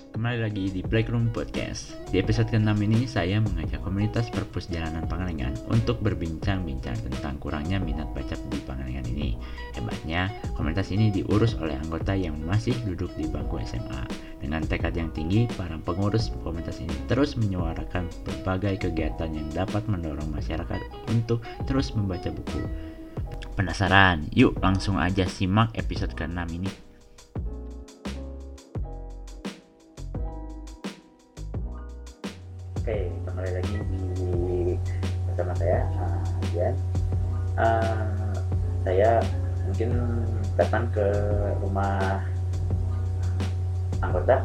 Kembali lagi di Playroom Podcast. Di episode ke-6 ini saya mengajak komunitas Perpus Jalanan Pangalengan untuk berbincang-bincang tentang kurangnya minat baca di Pangalengan ini. Hebatnya, komunitas ini diurus oleh anggota yang masih duduk di bangku SMA. Dengan tekad yang tinggi, para pengurus komunitas ini terus menyuarakan berbagai kegiatan yang dapat mendorong masyarakat untuk terus membaca buku. Penasaran? Yuk langsung aja simak episode ke-6 ini. Oke, kembali lagi bersama saya, Dian. Saya mungkin datang ke rumah anggota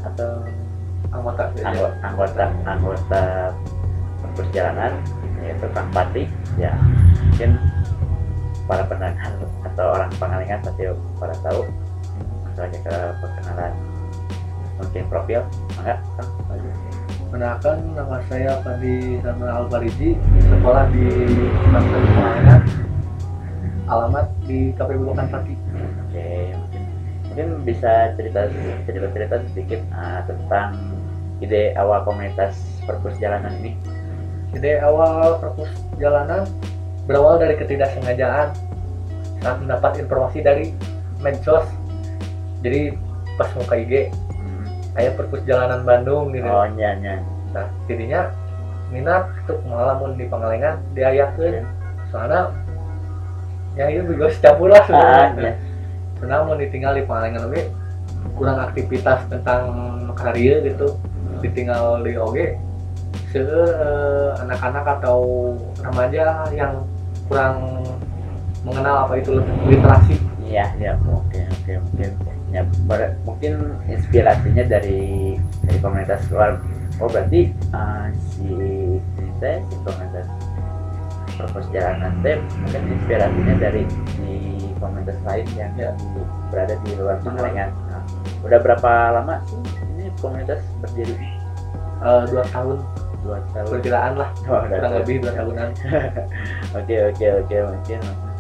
perjalanan, yaitu Kang Pati. Ya, mungkin para pendengar atau orang Pangalengan pasti pada tahu. Langsung aja ke perkenalan, mungkin profil, enggak? Perkenalkan, nama saya Fandi Samuel Alfariji, sekolah di Pasar Pangalengan, alamat di KPU Bukan Pati. Oke, mungkin bisa cerita sedikit tentang ide awal komunitas Perpus Jalanan ini. Ide awal Perpus Jalanan berawal dari ketidaksengajaan saat mendapat informasi dari medsos. Jadi pas muka IG kayak Perpus Jalanan Bandung gitu. Oh iya. Nah, jadinya minat untuk ngalamun di Pangalengan diayakeun. Soalnya ya itu juga secampur lah sebenarnya. Karena mau ditinggal di Pangalengan oge kurang aktivitas tentang karya gitu. Ditinggal di oge anak-anak atau remaja yang kurang mengenal apa itu literasi. Iya, oke. Ya, mungkin inspirasinya dari komunitas luar. Oh, berarti si komunitas Perpus Jalanan mungkin inspirasinya dari di komunitas lain yang berada di luar Pangalengan. Nah, udah berapa lama sih ini komunitas berdiri? 2 tahun. 2 tahun. Perkiraan lah. Kurang lebih 2 tahunan. Oke, mungkin.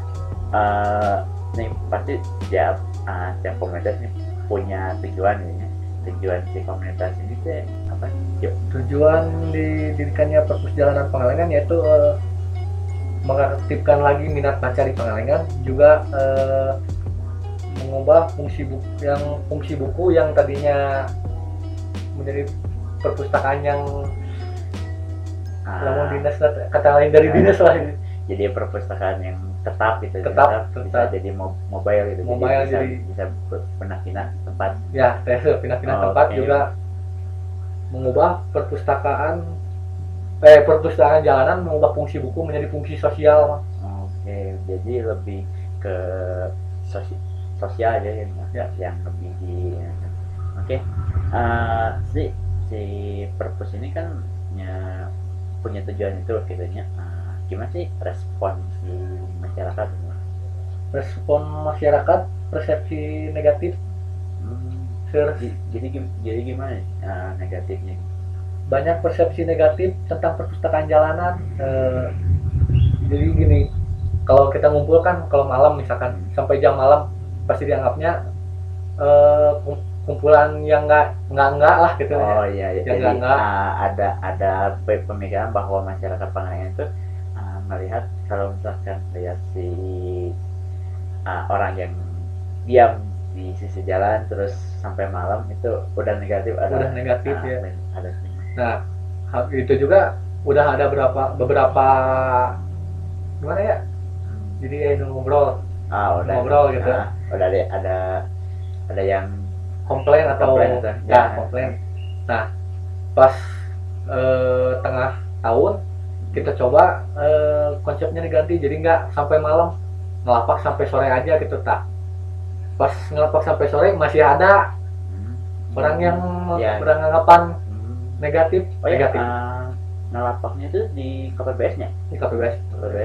Nih pasti tiap komunitas ini punya tujuan ini. Tujuan si komunitas ini teh apa? Tujuan didirikannya Perpus Jalanan Pangalengan yaitu mengaktifkan lagi minat baca di Pangalengan, juga mengubah fungsi buku yang tadinya menjadi perpustakaan yang dinas, kata lain dari dinas lah ini. Jadi perpustakaan yang tetap gitu, tetap. Bisa jadi mobile gitu, bisa pindah-pindah tempat. Ya, pindah-pindah tempat. Okay. Juga mengubah perpustakaan jalanan, mengubah fungsi buku menjadi fungsi sosial. Oke, jadi lebih ke sosial aja yang lebih di. Oke. Si Perpus ini kan punya tujuan itu gitu. Gimana sih respon si masyarakat? Respon masyarakat persepsi negatif. Jadi gimana negatifnya? Banyak persepsi negatif tentang perpustakaan jalanan. Jadi gini, kalau kita ngumpul kan kalau malam misalkan sampai jam malam pasti dianggapnya kumpulan yang enggak lah gitu. Oh iya. Jadi enggak. Ada pemikiran bahwa masyarakat Pangalengan itu melihat kalau misalkan lihat si orang yang diam di sisi jalan terus sampai malam itu udah negatif. Udah negatif ya. Ada. Nah, itu juga udah ada beberapa gimana ya? Jadi ngobrol. Ngobrol gitu. Udah ada yang komplain atau komplain. Nah, pas tengah tahun kita coba konsepnya diganti, jadi nggak sampai malam, ngelapak sampai sore aja gitu. Pas ngelapak sampai sore masih ada orang yang beranggapan negatif. Ngelapaknya itu di KPBS-nya? Di KPBS.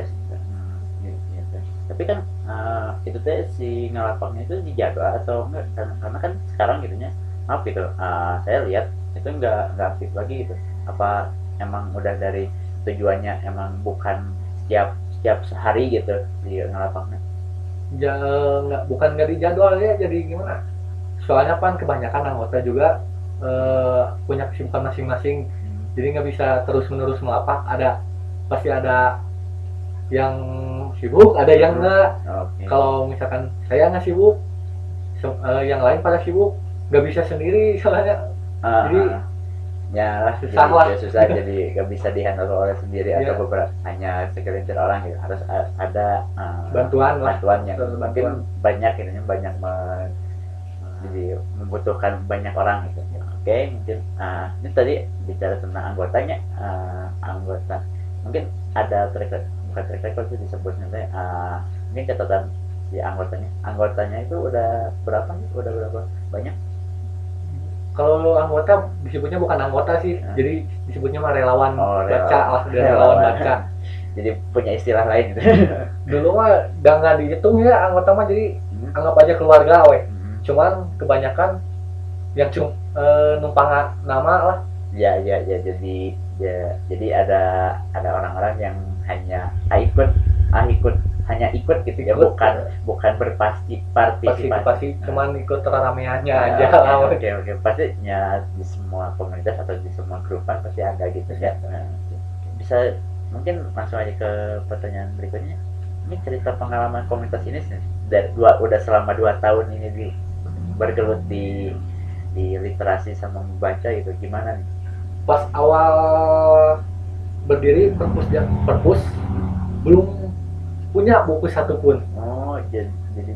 Tapi kan itu teh si ngelapaknya itu dijadwal atau enggak? Karena kan sekarang gitunya, maaf gitu, saya lihat itu nggak aktif lagi gitu. Apa emang udah dari tujuannya emang bukan setiap sehari gitu di ngelapaknya? Bukan nggak dijadwal ya, jadi gimana? Soalnya kan kebanyakan anggota juga punya kesibukan masing-masing, jadi nggak bisa terus-menerus melapak. Pasti ada yang sibuk, ada yang enggak. Oke. Kalau misalkan saya nggak sibuk, yang lain pada sibuk, nggak bisa sendiri soalnya. Jadi ya lah, susah lah. susah jadi gak bisa dihandle oleh sendiri Iya. atau beberapa hanya segelintir orang gitu, harus ada Bantuan lah. bantuan yang Bantuan. mungkin banyak ini banyak jadi membutuhkan banyak orang gitu. Oke, mungkin ini tadi bicara tentang anggotanya, anggota mungkin ada bukan track record sih disebutnya ini catatan si anggotanya itu udah berapa banyak. Kalau anggota disebutnya bukan anggota sih, jadi disebutnya mah relawan baca lah, relawan baca. Jadi punya istilah lain gitu. Dulu mah nggak dihitung ya anggota mah, jadi anggap aja keluarga weh. Cuman kebanyakan yang numpang nama lah. Ya, jadi ada orang-orang yang hanya ikut gitu ya, bukan berpartisipasi, cuman ikut rameannya aja lah. Oke, pastinya di semua komunitas atau di semua grupan pasti ada gitu ya. Bisa mungkin langsung aja ke pertanyaan berikutnya. Ini cerita pengalaman komunitas ini udah selama 2 tahun ini bergelut di literasi sama membaca gitu, gimana nih? Pas awal berdiri perpus belum punya buku satupun. Oh, jadi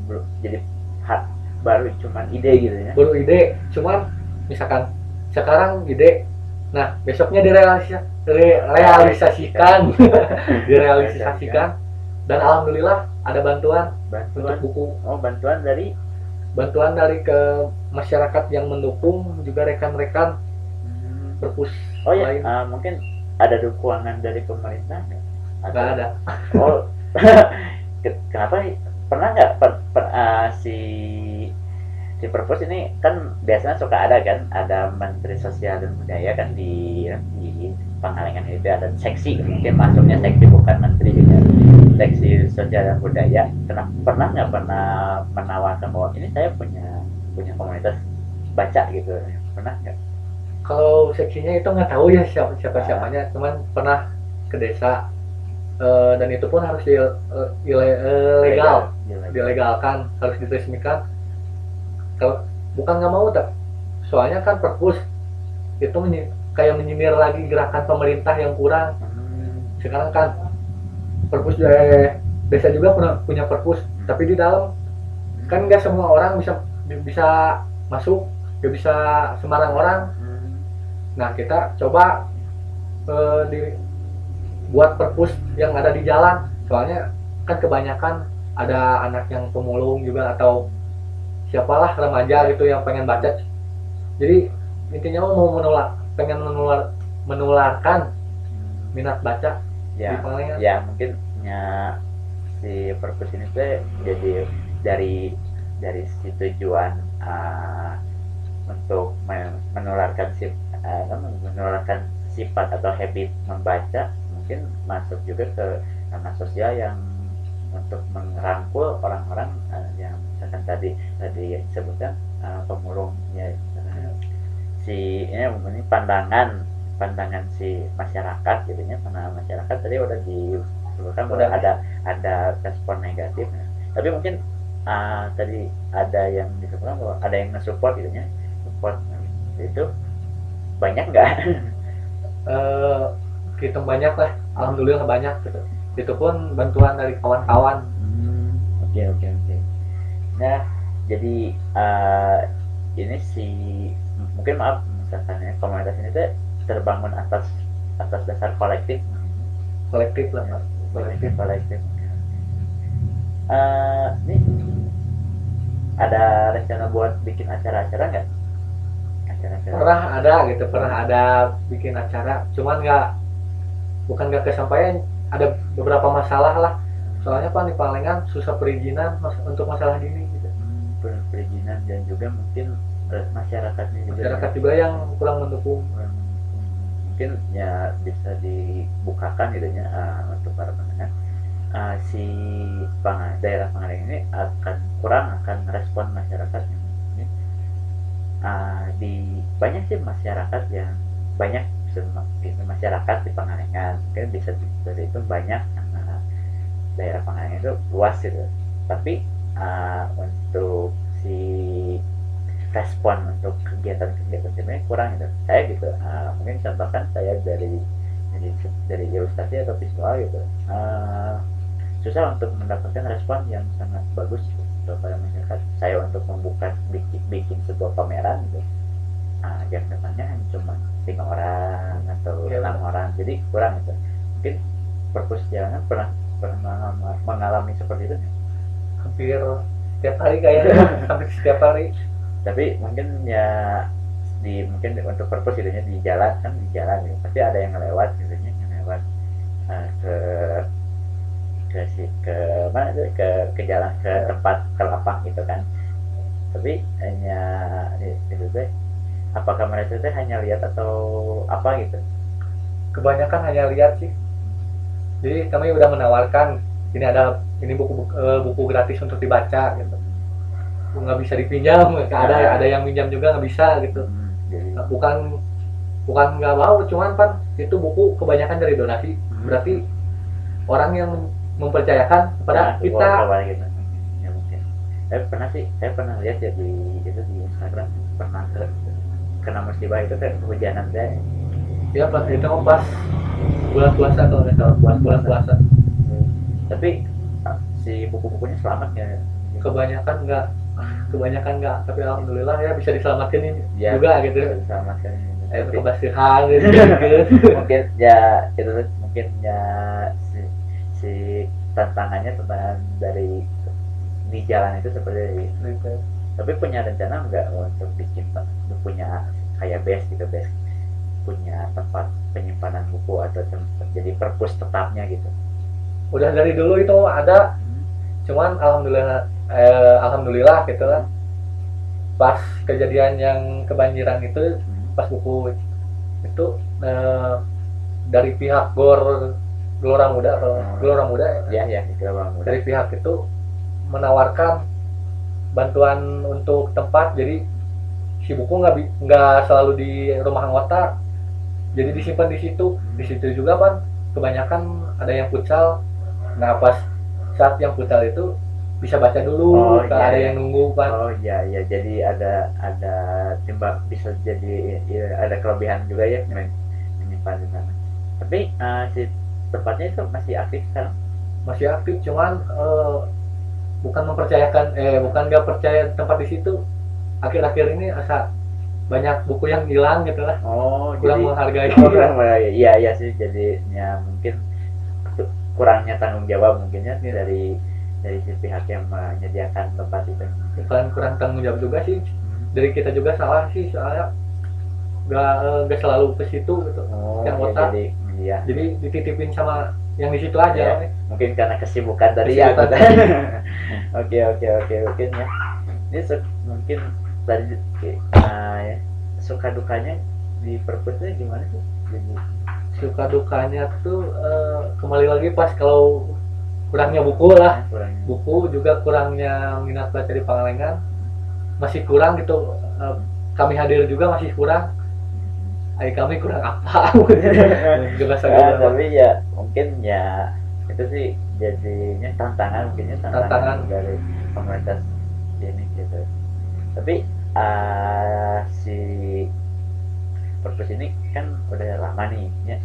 baru cuman ide gitu ya? Baru ide, cuman misalkan sekarang ide, nah besoknya direalisasikan dan alhamdulillah ada bantuan untuk buku. Oh, bantuan dari ke masyarakat yang mendukung, juga rekan-rekan perpus lain. Mungkin ada dukungan dari pemerintah nggak ada. Oh. Kenapa pernah nggak si perpus ini kan biasanya suka ada Menteri Sosial dan Budaya kan di Pangalengan itu ada seksi, mungkin masuknya seksi bukan menteri gitu, seksi Sosial dan Budaya. Pernah nggak menawarkan bahwa ini saya punya komunitas baca gitu, pernah nggak? Kalau seksinya itu nggak tahu ya siapanya, cuman pernah ke desa. Dan itu pun harus dilegalkan, harus diresmikan. Kalau bukan nggak mau, soalnya kan perpus itu kayak menyindir lagi gerakan pemerintah yang kurang. Sekarang kan perpus desa juga punya perpus, tapi di dalam kan nggak semua orang bisa masuk, nggak bisa sembarang orang. Nah kita coba buat perpus yang ada di jalan, soalnya kan kebanyakan ada anak yang pemulung juga atau siapalah remaja gitu yang pengen baca. Jadi intinya mau pengen menularkan minat baca di Pangalengan. Ya mungkin si perpus ini tuh jadi dari si tujuan untuk menularkan sifat atau habit membaca, mungkin masuk juga ke ranah sosial yang untuk merangkul orang-orang yang misalkan tadi disebutkan pemulung ya, ini pandangan si masyarakat gitu ya, pandangan masyarakat tadi udah disebutkan udah ada respon negatif ya. Tapi mungkin tadi ada yang disebutkan bahwa ada yang nge-support gitu ya, support itu banyak nggak? Hitung banyak lah, alhamdulillah banyak gitu. Itu pun bantuan dari kawan-kawan. Oke. Nah, jadi ini mungkin maaf misalkan ya, komunitas ini tuh terbangun atas dasar kolektif lah, Pak. Kolektif. Ini ada rencana buat bikin acara-acara nggak? Pernah ada bikin acara, cuman bukan nggak kesampaian, ada beberapa masalah lah. Soalnya Pak di Pangalengan susah perizinan untuk masalah gini gitu. Perizinan dan juga mungkin masyarakat juga yang kurang mendukung. Mungkin ya bisa dibukakan gitu ya untuk para pendengar. Si daerah Pangalengan ini akan respon masyarakat di banyak sih masyarakat yang banyak masyarakat di Pangalengan, mungkin bisa itu banyak karena daerah Pangalengan itu luas gitu, tapi untuk si respon untuk kegiatan-kegiatan sebenarnya kurang gitu. Saya gitu, mungkin contohkan saya dari ilustrasi atau visual gitu, susah untuk mendapatkan respon yang sangat bagus gitu kepada masyarakat. Saya untuk bikin sebuah pameran gitu, yang datangnya hanya cuma 5 orang atau 6 orang, jadi kurang gitu. Mungkin perpus jalanan pernah mengalami seperti itu. Hampir setiap hari kayaknya. Hampir setiap hari. Tapi mungkin ya mungkin untuk perpus itunya di jalan kan, di jalan gitu, pasti ada yang lewat gitu, yang lewat ke mana tuh, ke jalan, ke tempat, ke lapang gitu kan. Tapi hanya itu teh, apakah mereka teh hanya lihat atau apa gitu? Kebanyakan hanya lihat sih. Jadi kami udah menawarkan ini buku gratis untuk dibaca gitu, nggak bisa dipinjam, ada yang minjam juga nggak bisa gitu. Jadi bukan nggak mau, cuman pan itu buku kebanyakan dari donasi, berarti orang yang mempercayakan kepada kita. Gitu. Ya mungkin. Saya pernah lihat ya di Instagram, pernah kena musibah itu kan, kehujanan teh. Ya pas itu pas bulan puasa, kalau nggak salah bulan puasa. Tapi si buku-bukunya selamat ya? Kebanyakan nggak, tapi alhamdulillah ya bisa diselamatkan ya, juga gitu. Bisa diselamatkan. Kebersihan gitu. Mungkin ya itu mungkin ya si tantangan dari di jalan itu seperti itu. Tapi punya rencana nggak untuk bikin, punya kayak base punya tempat penyimpanan buku atau tempat jadi perpus tetapnya gitu? Udah dari dulu itu ada, cuman alhamdulillah gitu lah. Pas kejadian yang kebanjiran itu, pas buku itu dari pihak Gelora Muda ya, dari pihak itu menawarkan bantuan untuk tempat, jadi si buku nggak selalu di rumah anggota, jadi disimpan di situ juga kan. Kebanyakan ada yang futsal, nah pas saat yang futsal itu bisa baca dulu, ada yang nunggu kan. Jadi ada timbang, bisa jadi ya, ada kelebihan juga ya menyimpan di sana. Tapi si tempatnya itu masih aktif sekarang? Masih aktif, cuman bukan nggak percaya tempat di situ. Akhir-akhir ini banyak buku yang hilang gitu lah. Kurang menghargai. Iya sih, jadinya mungkin kurangnya tanggung jawab mungkinnya dari si pihak yang menyediakan tempat itu. Bukan kurang tanggung jawab juga sih, dari kita juga salah sih, soalnya nggak selalu ke situ gitu. Yang otak jadi dititipin sama yang di situ aja. Mungkin karena kesibukan tadi ya. Oke mungkin ya. Ini mungkin tadi ya, suka dukanya di perpusnya gimana sih? Jadi suka dukanya tuh kembali lagi pas kalau kurangnya buku lah. Buku juga kurangnya minat baca di Pangalengan, masih kurang gitu. Kami hadir juga masih kurang. Kami kurang apa? Tapi ya mungkin ya itu sih jadinya tantangan dari komunitas ini gitu. Tapi si perpus ini kan udah lama nih ya.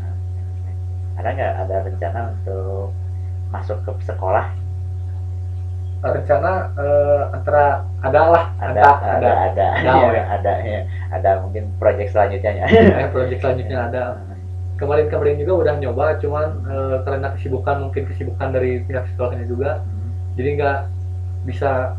Ada rencana untuk masuk ke sekolah? Rencana antara ada mungkin proyek selanjutnya ada. Kemarin juga udah nyoba, cuman karena kesibukan dari pihak sekolahnya juga, jadi nggak bisa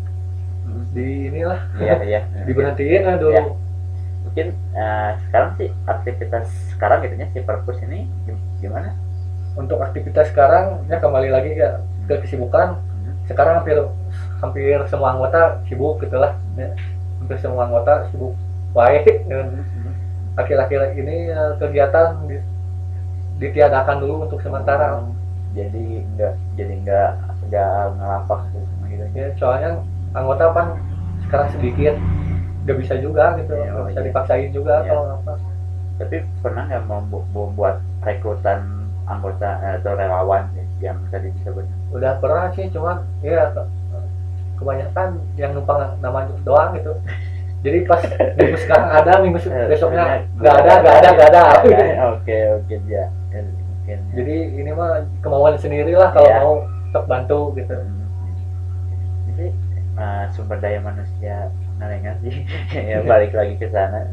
diberhentiin dulu. Ya. Mungkin sekarang sih aktivitas sekarang gitunya si perpus ini gimana? Untuk aktivitas sekarang ya kembali lagi ke kesibukan. Sekarang hampir semua anggota sibuk gitulah ya. Hampir semua anggota sibuk baik. Akhir-akhir ini kegiatan ditiadakan dulu untuk sementara. Jadi nggak ngelapak gitu. Ya, soalnya anggota sekarang sedikit. nggak bisa juga gitu, Iya, nggak bisa iya. dipaksain juga Iya. kalau ngapa. Tapi pernah nggak membuat rekrutan anggota atau relawan yang tadi disebut? Udah pernah sih, cuman ya kebanyakan yang numpang nama doang gitu. Jadi pas minggu sekarang ada, minggu besoknya nggak ada. Oke, oke, ya. Mungkin ya. Jadi ini mah kemauan sendiri lah kalau Iya. mau untuk bantu gitu. Jadi sumber daya manusia ngalengan sih. Ya balik lagi ke sana.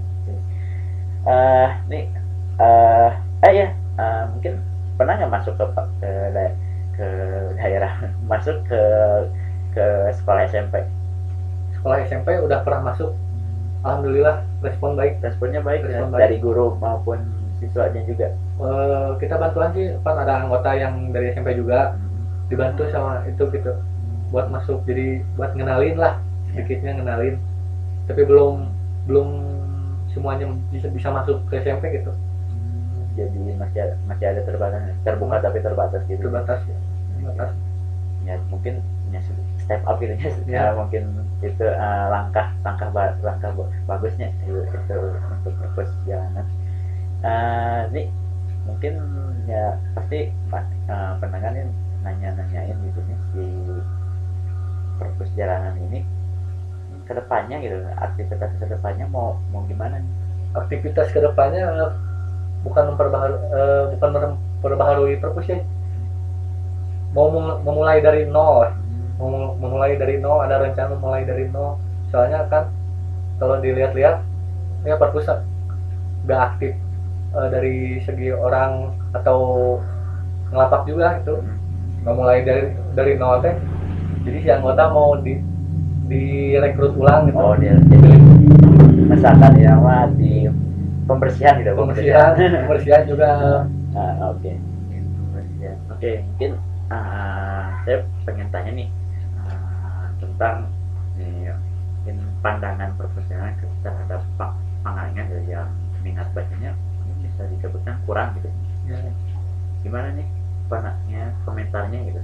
Nih ya mungkin pernah nggak masuk ke daerah masuk ke sekolah SMP? Sekolah SMP udah pernah masuk, alhamdulillah Responnya baik ya, Respon dari baik. guru maupun siswanya juga. Kita bantuan sih, kan ada anggota yang dari SMP juga dibantu sama itu gitu buat masuk, jadi buat ngenalin lah, sedikitnya ngenalin, tapi belum belum semuanya bisa masuk ke SMP gitu, Jadi masih ada terbuka tapi terbatas gitu. terbatas ya, terbatas. Ya mungkin ya step up gitu ya. Ya. Mungkin itu langkah bagusnya itu untuk perpus jalanan. Ini mungkin ya pasti pendengar ini nanyain gitu nih si perpus jalanan ini kedepannya gitu, aktivitas kedepannya mau gimana nih? Aktivitas kedepannya bukan memperbaharui perpus ya, mau memulai dari nol, ada rencana memulai dari nol, soalnya kan kalau dilihat-lihat ya perpus nggak aktif dari segi orang atau ngelapak juga gitu, nggak mulai dari nol teh, jadi si anggota mau direkrut ulang gitu. Oh, dia jadi misalkan ya mah di pembersihan gitu. Pembersihan juga. Oke. Pembersihan. Oke, mungkin saya pengen tanya nih tentang mungkin pandangan profesional terhadap Pangalengan yang minat bacanya ini bisa disebutkan kurang gitu. Ya. Gimana nih panahnya komentarnya gitu?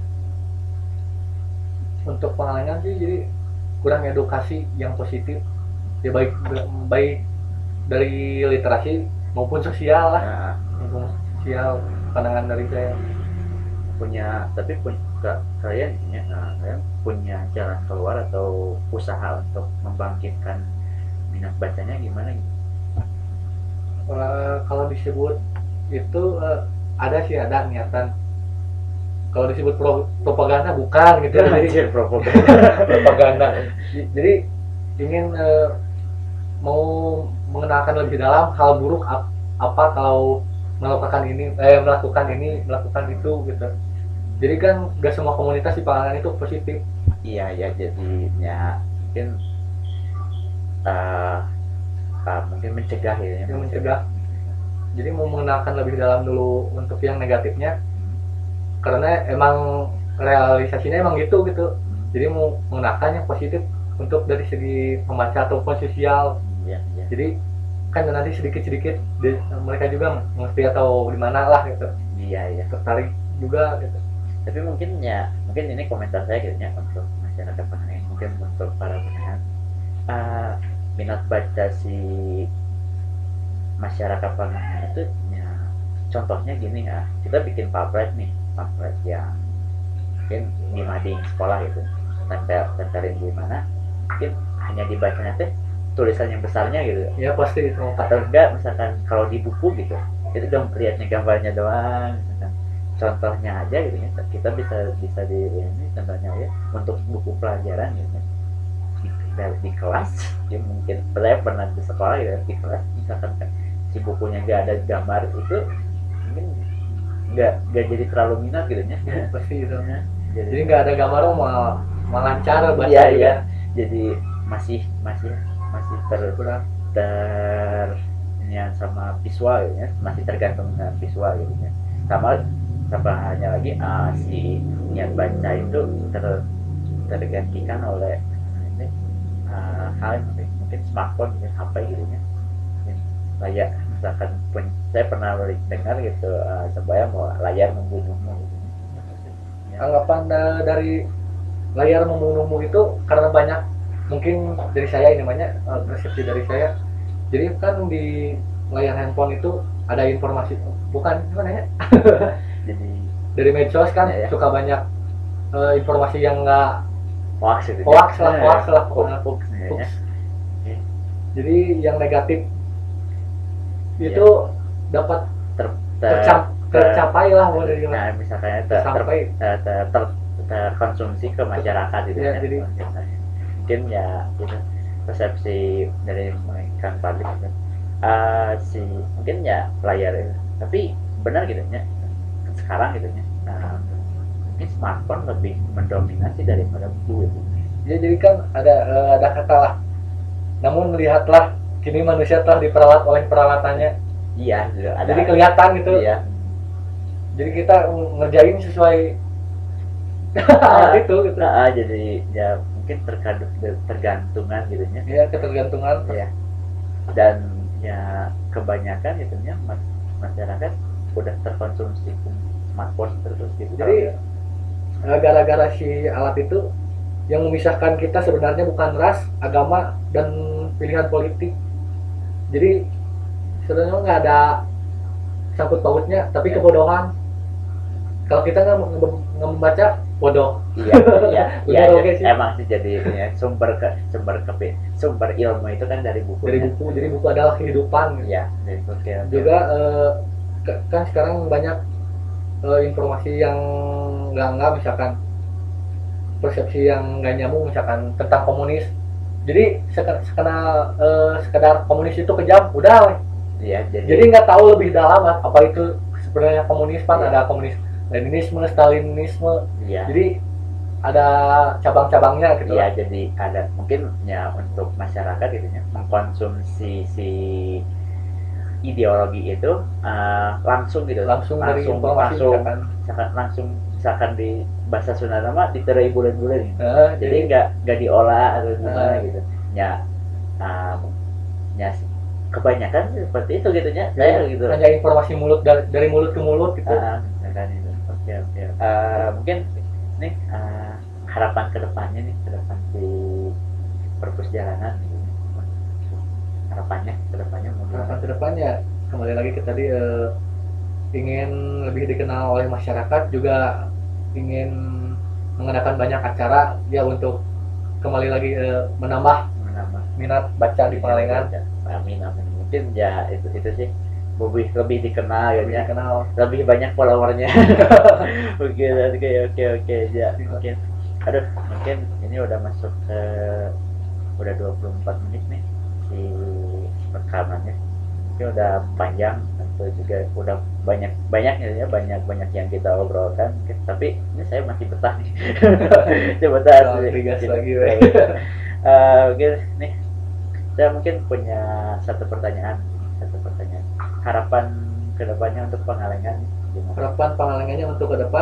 Untuk Pangalengan sih jadi kurang edukasi yang positif ya, baik dari literasi maupun sosial lah. Maupun sosial, pandangan dari saya. Kalian punya jalan keluar atau usaha untuk membangkitkan minat bacanya gimana gitu? Kalau disebut itu ada niatan. Kalau disebut propaganda bukan gitu. Jadi propaganda. Jadi ingin mau mengenalkan lebih dalam hal buruk apa kalau melakukan itu gitu. Jadi kan gak semua komunitas di Pangalengan itu positif. Iya ya, jadinya mungkin mungkin mencegah ya. Mencegah. Jadi mau mengenalkan lebih dalam dulu untuk yang negatifnya, karena emang realisasinya emang gitu. Jadi mau mengenalkan yang positif untuk dari segi membaca ataupun sosial. Iya. Jadi kan nanti sedikit mereka juga mengerti atau di mana lah gitu. Iya. Tertarik juga gitu. Tapi mungkin ini komentar saya gitu ya untuk masyarakat Pangalengan, mungkin untuk para pendengar minat baca si masyarakat Pangalengan itu ya, contohnya gini ya, kita bikin pamflet yang mungkin di mading sekolah gitu, tempelin di mana, mungkin hanya dibacanya teh tulisan yang besarnya gitu ya, pasti itu. Atau enggak misalkan kalau di buku gitu itu lihatnya gambarnya doang misalkan. Contohnya aja gitu ya, kita bisa di ini contohnya ya untuk buku pelajaran gitu ya, di kelas ya, mungkin saya pernah di sekolah gitu, di kelas misalkan si bukunya gak ada gambar itu mungkin gak jadi terlalu minat gitu ya. Pasti itu ya. Jadi nggak ada gambar malah lancar baca. Iya. Jadi masih ter sama visual gitu ya, masih tergantung dengan visual gitu ya. Sama hanya lagi si niat baca itu tergantikan oleh hal mungkin smartphone gitu, HP gitu ya. Layar misalkan saya pernah dengar gitu sebayang mau layar membunuhmu gitu. Anggapan dari layar membunuhmu itu karena banyak mungkin dari saya ini namanya persepsi dari saya. Jadi kan di layar handphone itu ada informasi, bukan gimana ya? Jadi Dari medsos kan ya. suka banyak informasi yang nggak hoax itu. hoax lah. Hoax ya. Jadi yang negatif itu dapat tercapai lah dari nah misalkan terkonsumsi ke masyarakat gitu ya, kan. jadi Mungkin ya itu persepsi dari Kang Fadli gitu. Mungkin ya layar itu. Tapi benar gitu ya. Sekarang gitu ya. Mungkin smartphone lebih mendominasi daripada buku itu. Ya, jadi kan ada kata lah. Namun melihatlah kini manusia telah diperalat oleh peralatannya. Iya, ada. Jadi kelihatan gitu. Iya. Jadi kita ngerjain sesuai itu gitu. Jadi ya mungkin tergantungan gitu ya. Iya, ketergantungan. Iya. Dan ya kebanyakan gitu ya masyarakat udah terkonsumsi smartphone terus gitu. Jadi gara-gara si alat itu yang memisahkan kita sebenarnya bukan ras, agama, dan pilihan politik. Jadi sebenarnya nggak ada sangkut pautnya, tapi kebodohan. Kalau kita nggak membaca, bodoh. Iya. Okay sih. Emang sih jadi ya, sumber ilmu itu kan dari buku. Jadi buku adalah kehidupan. Iya, dari buku. Juga kan sekarang banyak informasi yang nggak misalkan persepsi yang nggak nyambung misalkan tentang komunis. Jadi sekedar komunis itu kejam, udah. Iya, jadi nggak tahu lebih dalam apa itu sebenarnya komunis. Ada komunis Leninisme, Stalinisme. Iya. Jadi ada cabang-cabangnya gitu. Iya, jadi ada mungkin ya untuk masyarakat gitu ya mengkonsumsi si ideologi itu langsung gitu. Langsung dari informasi misalkan di bahasa Sunda nama diterai bulan-bulan gitu. Jadi nggak diolah atau gimana gitu. Ya kebanyakan seperti itu gitu ya. Saya gitu. Hanya informasi mulut dari mulut ke mulut gitu. Oke. Mungkin nih harapan kedepannya di perpus jalanan gitu. Harapan kedepannya kembali lagi ke tadi ingin lebih dikenal oleh masyarakat, juga ingin mengadakan banyak acara ya untuk kembali lagi menambah minat baca di Pangalengan. Amin. Mungkin ya itu sih lebih dikenal ya, lebih banyak followernya. Oke ya mungkin mungkin ini udah masuk ke udah 24 menit nih si rekamannya, mungkin udah panjang atau juga udah banyak yang kita obrolkan, tapi ini saya masih betah nih. Coba gas lagi mungkin nih saya mungkin punya satu pertanyaan. Harapan kedepannya untuk Pangalengan gimana? Harapan Pangalengannya untuk ke depan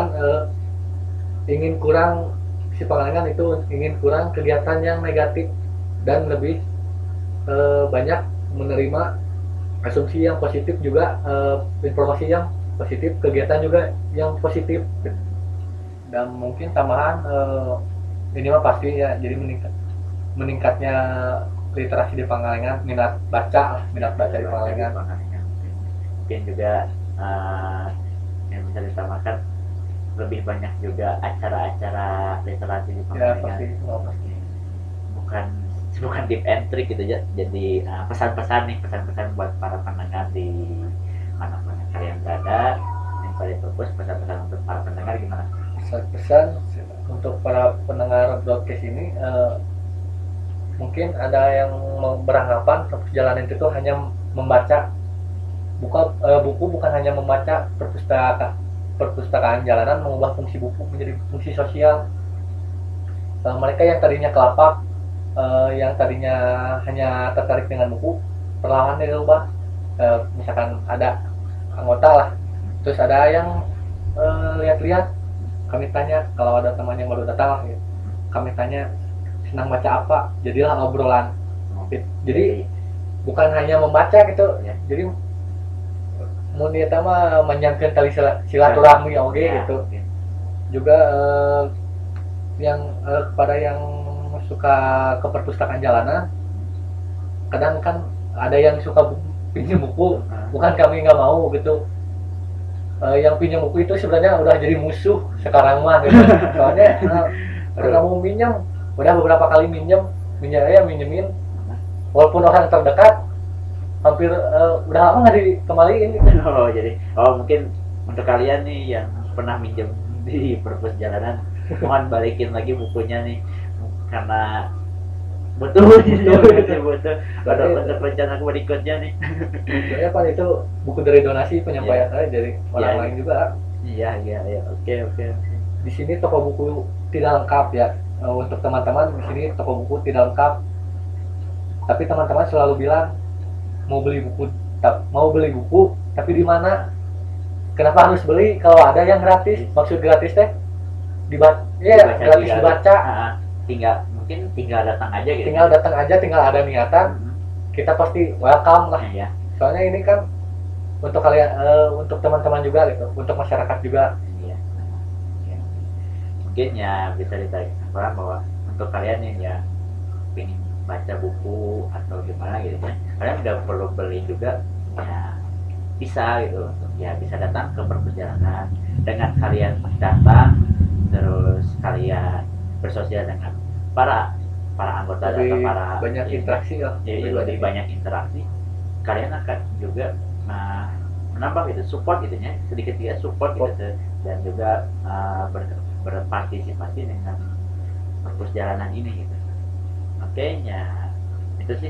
Pangalengan itu ingin kurang kegiatan yang negatif dan lebih banyak menerima asumsi yang positif, juga informasi yang positif, kegiatan juga yang positif. Dan mungkin tambahan ini mah pasti ya, jadi meningkatnya literasi di Pangalengan, minat baca di Pangalengan. Mungkin juga yang bisa ditambahkan lebih banyak juga acara-acara literasi di Pangalengan. Ya, pasti. Bukan tip and trick gitu ya. Jadi pesan-pesan buat para pendengar di mana-mana kalian berada. Yang paling fokus pesan-pesan untuk para pendengar gimana? Pesan untuk para pendengar broadcast ini mungkin ada yang beranggapan perjalanan itu hanya membaca buku, bukan hanya membaca perpustakaan jalanan mengubah fungsi buku menjadi fungsi sosial. Mereka yang tadinya kelapak, yang tadinya hanya tertarik dengan buku, perlahan dirubah. Misalkan ada anggota lah, terus ada yang lihat-lihat, kami tanya, kalau ada teman yang baru datang, kami tanya senang baca apa, jadilah obrolan. Jadi bukan hanya membaca gitu ya. Jadi mun dia mah menyampaikan tali silaturahmi gitu. Juga yang kepada yang suka ke perpustakaan jalanan, kadang kan ada yang suka pinjam buku, bukan kami nggak mau gitu. Yang pinjam buku itu sebenarnya udah jadi musuh sekarang mah gitu. Soalnya kamu minjem, udah beberapa kali minjemin, walaupun orang terdekat hampir udah lama nggak dikembaliin gitu. Jadi mungkin untuk kalian nih yang pernah minjem di perpus jalanan, mohon balikin lagi bukunya nih, karena butuh ada untuk rencana berikutnya nih. Soalnya kan itu buku dari donasi penyampaian saya dari orang lain juga. Iya, oke. Di sini toko buku tidak lengkap ya. Untuk teman-teman di sini toko buku tidak lengkap. Tapi teman-teman selalu bilang mau beli buku, tapi di mana? Kenapa harus beli kalau ada yang gratis? Maksud gratis teh gratis dibaca. Tinggal datang aja gitu. Tinggal ada niatan, kita pasti welcome lah. Iya. Soalnya ini kan untuk kalian, untuk teman-teman juga gitu, untuk masyarakat juga. Iya. Mungkin ya bisa ditarik bahwa untuk kalian nih ya ingin baca buku atau gimana gitu kan, kalian nggak perlu beli juga ya, bisa gitu, ya bisa datang ke perpus jalanan. Dengan kalian datang terus kalian bersosial dengan para anggota atau para banyak interaksi ya, lebih banyak interaksi, kalian akan juga menambah gitu support gitu ya, sedikit support gitu, dan juga berpartisipasi dengan perpus jalanan ini gitu. Oke, ya itu sih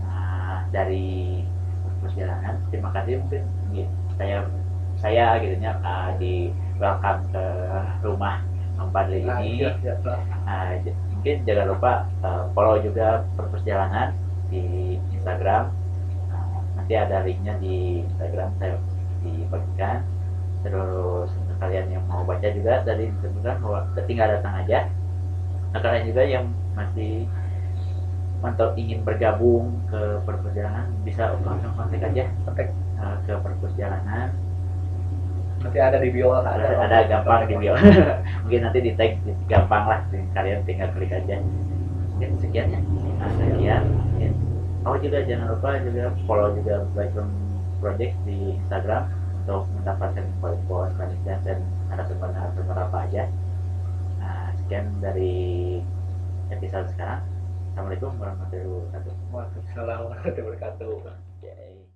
dari perpus jalanan. Terima kasih mungkin gitu. saya gitu ya di welcome ke rumah Mang Fadli ini. Mungkin jangan lupa follow juga perpus jalanan di Instagram. Nanti ada linknya di Instagram saya dibagikan. Terus untuk kalian yang mau baca juga tadi disebutkan bahwa tinggal datang aja. Nah, kalian juga yang masih untuk ingin bergabung ke perpus jalanan bisa langsung kontak aja ke perpus jalanan. Nanti ada di bio, ada gampang di bio. Mungkin nanti di tag gampang lah, kalian tinggal klik aja. Mungkin sekian ya. Sekian. Juga jangan lupa juga follow juga Background Project di Instagram untuk mendapatkan info-info selanjutnya dan narasumber apa aja. Sekian dari episode sekarang. Assalamualaikum warahmatullahi wabarakatuh. Waalaikumsalam warahmatullahi wabarakatuh. Okay.